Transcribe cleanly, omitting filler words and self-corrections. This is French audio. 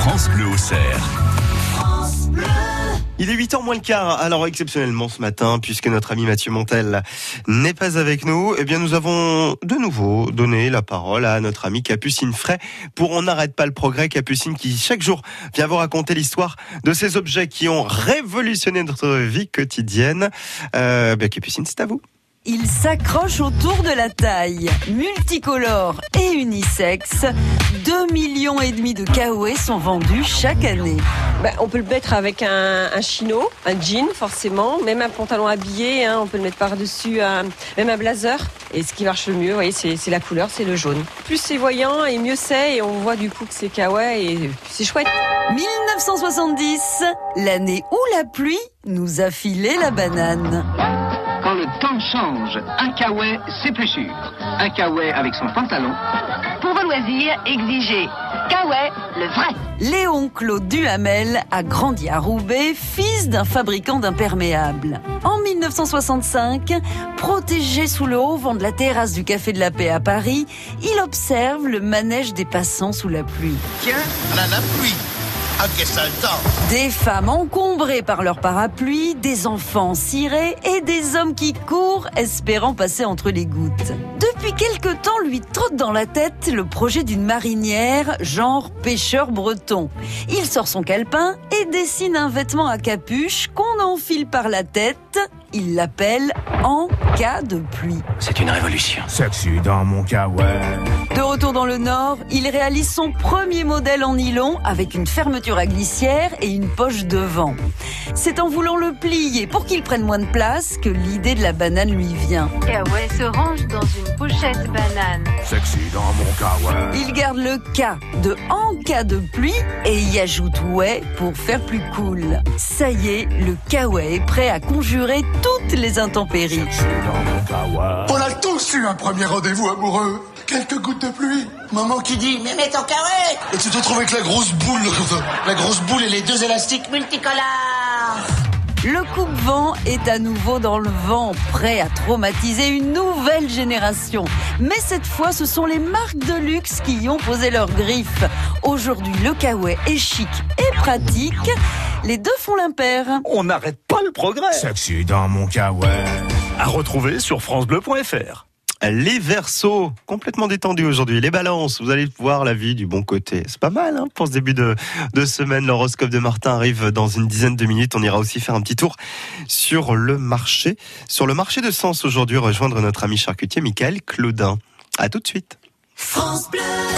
France Bleu Auxerre. Il est 8h moins le quart, alors exceptionnellement ce matin, puisque notre ami Mathieu Montel n'est pas avec nous, eh bien nous avons de nouveau donné la parole à notre ami Capucine Fray pour On n'arrête pas le progrès. Capucine qui chaque jour vient vous raconter l'histoire de ces objets qui ont révolutionné notre vie quotidienne. Capucine, c'est à vous. Il s'accroche autour de la taille. Multicolore et unisexe, 2,5 millions de kawaii sont vendus chaque année. On peut le mettre avec un chino, un jean forcément, même un pantalon habillé, on peut le mettre par-dessus, même un blazer. Et ce qui marche le mieux, c'est la couleur, c'est le jaune. Plus c'est voyant et mieux c'est, et on voit du coup que c'est kawaii et c'est chouette. 1970, l'année où la pluie nous a filé la banane. Quand le temps change, un kawaii, c'est plus sûr. Un kawaii avec son pantalon. Pour vos loisirs, exigez kawaii, le vrai. Léon Claude Duhamel a grandi à Roubaix, fils d'un fabricant d'imperméables. En 1965, protégé sous le haut vent de la terrasse du Café de la Paix à Paris, il observe le manège des passants sous la pluie. Tiens, là, la pluie. Ah, qu'est-ce que ça le temps ? Des femmes encombrées par leur parapluie, des enfants cirés et des hommes qui courent espérant passer entre les gouttes. Depuis quelque temps, lui trotte dans la tête le projet d'une marinière, genre pêcheur breton. Il sort son calepin et dessine un vêtement à capuche qu'on enfile par la tête. Il l'appelle En cas de pluie. C'est une révolution. Sexy dans mon kawaii. De retour dans le Nord, il réalise son premier modèle en nylon avec une fermeture à glissière et une poche devant. C'est en voulant le plier pour qu'il prenne moins de place que l'idée de la banane lui vient. Kawaii se range dans une pochette banane. Sexy dans mon kawaii. Il garde le K de En cas de pluie et y ajoute ouais pour faire plus cool. Ça y est, le kawaii est prêt à conjurer toutes les intempéries. Sexy dans mon kawaii. On a tous eu un premier rendez-vous amoureux. Quelques gouttes de pluie. Maman qui dit, mais mets ton kawaii. Et tu te retrouves avec la grosse boule. La grosse boule et les deux élastiques multicolores. Le coupe-vent est à nouveau dans le vent, prêt à traumatiser une nouvelle génération. Mais cette fois, ce sont les marques de luxe qui y ont posé leurs griffes. Aujourd'hui, le kawaii est chic et pratique. Les deux font l'impair. On n'arrête pas le progrès. Sexy dans mon kawaii. À retrouver sur francebleu.fr. Les Verseaux, complètement détendus aujourd'hui. Les Balances, vous allez voir la vie du bon côté. C'est pas mal pour ce début de semaine. L'horoscope de Martin arrive dans une dizaine de minutes. On ira aussi faire un petit tour sur le marché de Sens aujourd'hui, rejoindre notre ami charcutier Michael Claudin. À tout de suite. France Bleu.